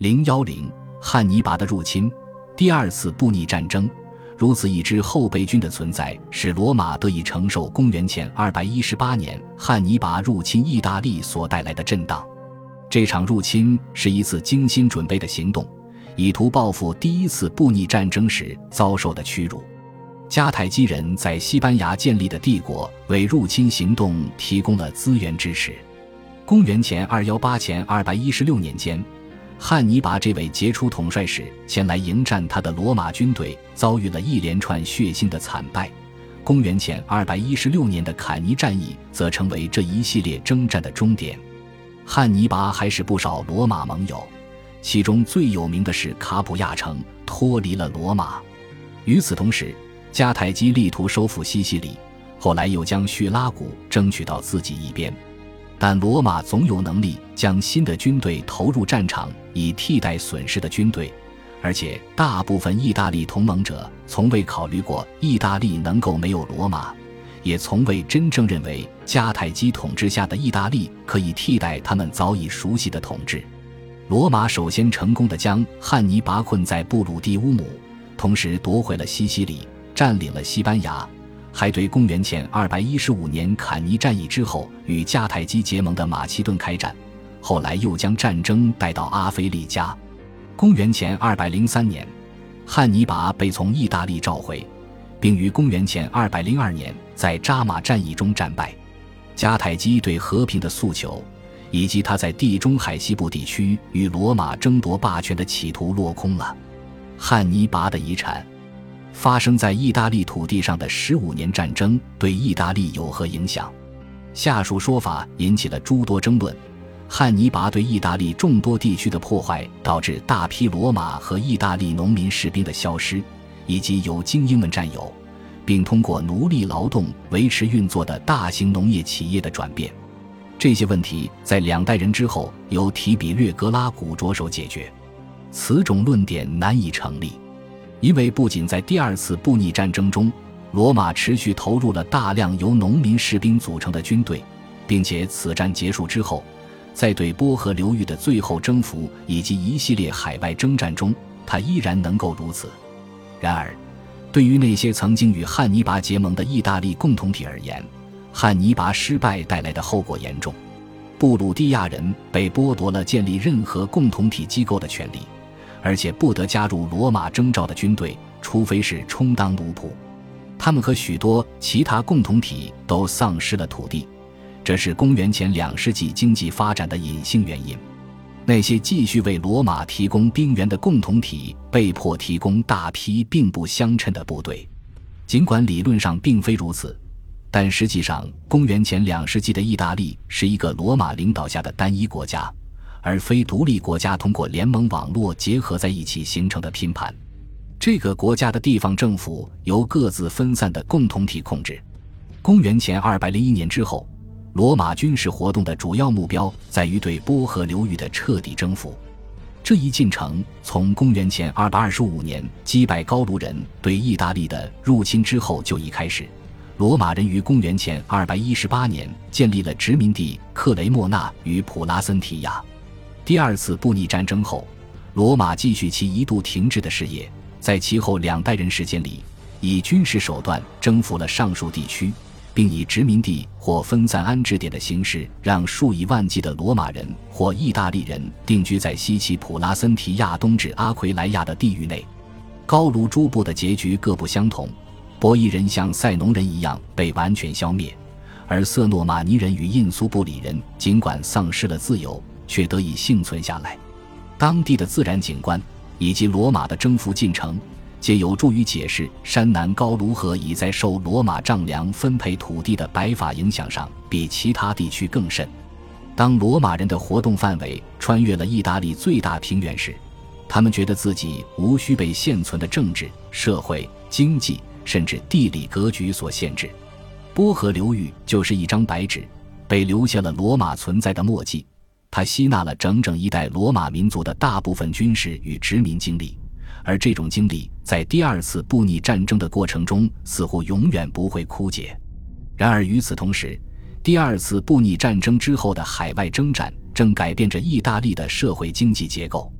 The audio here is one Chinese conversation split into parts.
010汉尼拔的入侵。第二次布匿战争，如此一支后备军的存在，使罗马得以承受公元前218年汉尼拔入侵意大利所带来的震荡。这场入侵是一次精心准备的行动，以图报复第一次布匿战争时遭受的屈辱。迦太基人在西班牙建立的帝国为入侵行动提供了资源支持。公元前218前216年间，汉尼拔这位杰出统帅时前来迎战他的罗马军队，遭遇了一连串血腥的惨败。公元前216年的坎尼战役则成为这一系列征战的终点。汉尼拔还使不少罗马盟友，其中最有名的是卡普亚城脱离了罗马。与此同时，迦太基力图收复西西里，后来又将叙拉古争取到自己一边。但罗马总有能力将新的军队投入战场，以替代损失的军队，而且大部分意大利同盟者从未考虑过意大利能够没有罗马，也从未真正认为迦太基统治下的意大利可以替代他们早已熟悉的统治。罗马首先成功地将汉尼拔困在布鲁蒂乌姆，同时夺回了西西里，占领了西班牙，还对公元前215年坎尼战役之后与迦太基结盟的马其顿开战，后来又将战争带到阿非利加。公元前203年，汉尼拔被从意大利召回，并于公元前202年在扎马战役中战败。迦太基对和平的诉求，以及他在地中海西部地区与罗马争夺霸权的企图落空了。汉尼拔的遗产。发生在意大利土地上的15年战争对意大利有何影响？下述说法引起了诸多争论。汉尼拔对意大利众多地区的破坏，导致大批罗马和意大利农民士兵的消失，以及由精英们占有，并通过奴隶劳动维持运作的大型农业企业的转变。这些问题在2代人之后由提比略格拉古着手解决。此种论点难以成立，因为不仅在第二次布匿战争中，罗马持续投入了大量由农民士兵组成的军队，并且此战结束之后，在对波河流域的最后征服以及一系列海外征战中，他依然能够如此。然而，对于那些曾经与汉尼拔结盟的意大利共同体而言，汉尼拔失败带来的后果严重。布鲁蒂亚人被剥夺了建立任何共同体机构的权利，而且不得加入罗马征召的军队，除非是充当奴仆。他们和许多其他共同体都丧失了土地，这是公元前2世纪经济发展的隐性原因。那些继续为罗马提供兵源的共同体被迫提供大批并不相称的部队。尽管理论上并非如此，但实际上公元前2世纪的意大利是一个罗马领导下的单一国家，而非独立国家通过联盟网络结合在一起形成的拼盘。这个国家的地方政府由各自分散的共同体控制。公元前201年之后，罗马军事活动的主要目标在于对波河流域的彻底征服。这一进程从公元前225年击败高卢人对意大利的入侵之后就已开始。罗马人于公元前218年建立了殖民地克雷莫纳与普拉森提亚。第二次布匿战争后，罗马继续其一度停滞的事业，在其后2代人时间里，以军事手段征服了上述地区，并以殖民地或分散安置点的形式让数以万计的罗马人或意大利人定居在西起普拉森提亚东至阿奎莱亚的地域内。高卢诸部的结局各不相同，博弈人像塞农人一样被完全消灭，而色诺马尼人与印苏布里人尽管丧失了自由，却得以幸存下来。当地的自然景观以及罗马的征服进程皆有助于解释山南高卢河已在受罗马丈量分配土地的白法影响上比其他地区更甚。当罗马人的活动范围穿越了意大利最大平原时，他们觉得自己无需被现存的政治、社会、经济甚至地理格局所限制。波河流域就是一张白纸，被留下了罗马存在的墨迹，它吸纳了整整一代罗马民族的大部分军事与殖民经历，而这种经历在第二次布匿战争的过程中似乎永远不会枯竭。然而与此同时，第二次布匿战争之后的海外征战正改变着意大利的社会经济结构。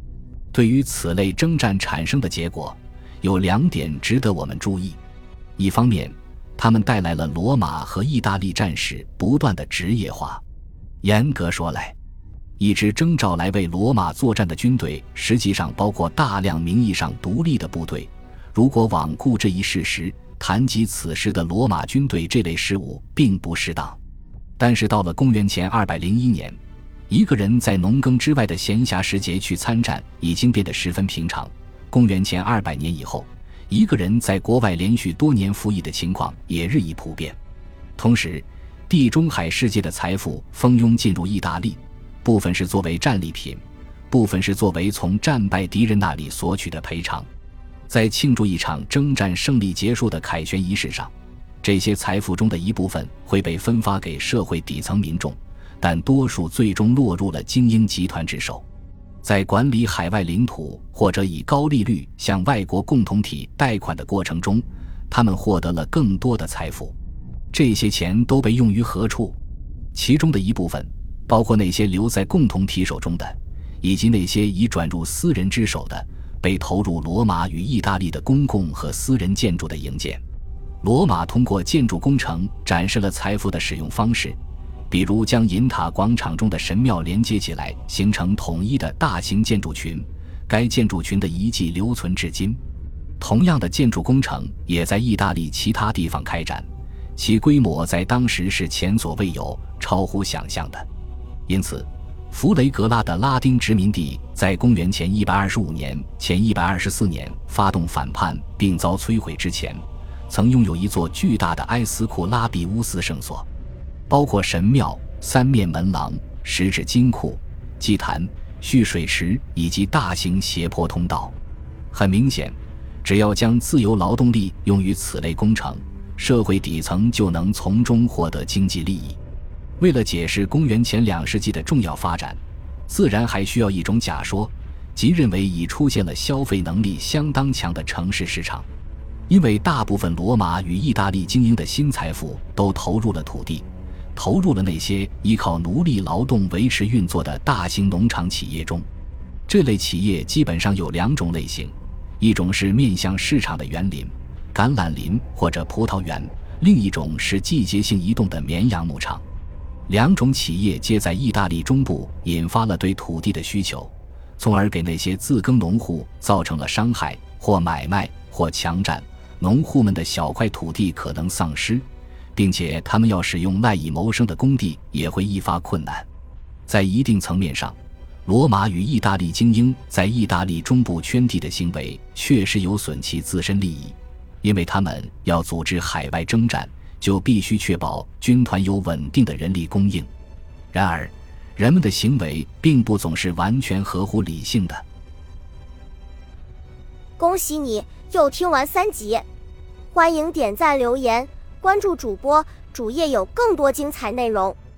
对于此类征战产生的结果，有2点值得我们注意。一方面，他们带来了罗马和意大利战士不断的职业化。严格说来，一支征召来为罗马作战的军队实际上包括大量名义上独立的部队。如果罔顾这一事实，谈及此时的罗马军队这类事务并不适当。但是到了公元前201年，一个人在农耕之外的闲暇时节去参战已经变得十分平常。公元前200年以后，一个人在国外连续多年服役的情况也日益普遍。同时，地中海世界的财富蜂拥进入意大利，部分是作为战利品，部分是作为从战败敌人那里索取的赔偿。在庆祝一场征战胜利结束的凯旋仪式上，这些财富中的一部分会被分发给社会底层民众，但多数最终落入了精英集团之手。在管理海外领土或者以高利率向外国共同体贷款的过程中，他们获得了更多的财富。这些钱都被用于何处？其中的一部分包括那些留在共同体手中的，以及那些已转入私人之手的，被投入罗马与意大利的公共和私人建筑的营建。罗马通过建筑工程展示了财富的使用方式，比如将银塔广场中的神庙连接起来，形成统一的大型建筑群，该建筑群的遗迹留存至今。同样的建筑工程也在意大利其他地方开展，其规模在当时是前所未有，超乎想象的。因此，弗雷格拉的拉丁殖民地在公元前125年、前124年发动反叛并遭摧毁之前，曾拥有一座巨大的埃斯库拉比乌斯圣所，包括神庙、3面门廊、石质金库、祭坛、蓄水池以及大型斜坡通道。很明显，只要将自由劳动力用于此类工程，社会底层就能从中获得经济利益。为了解释公元前2世纪的重要发展，自然还需要一种假说，即认为已出现了消费能力相当强的城市市场。因为大部分罗马与意大利精英的新财富都投入了土地，投入了那些依靠奴隶劳动维持运作的大型农场企业中。这类企业基本上有2种类型，一种是面向市场的园林、橄榄林或者葡萄园，另一种是季节性移动的绵羊牧场。2种企业皆在意大利中部引发了对土地的需求，从而给那些自耕农户造成了伤害，或买卖或强占。农户们的小块土地可能丧失，并且他们要使用赖以谋生的工地也会愈发困难。在一定层面上，罗马与意大利精英在意大利中部圈地的行为确实有损其自身利益，因为他们要组织海外征战，就必须确保军团有稳定的人力供应。然而，人们的行为并不总是完全合乎理性的。 恭喜你又听完3集，欢迎点赞留言，关注主播，主页有更多精彩内容。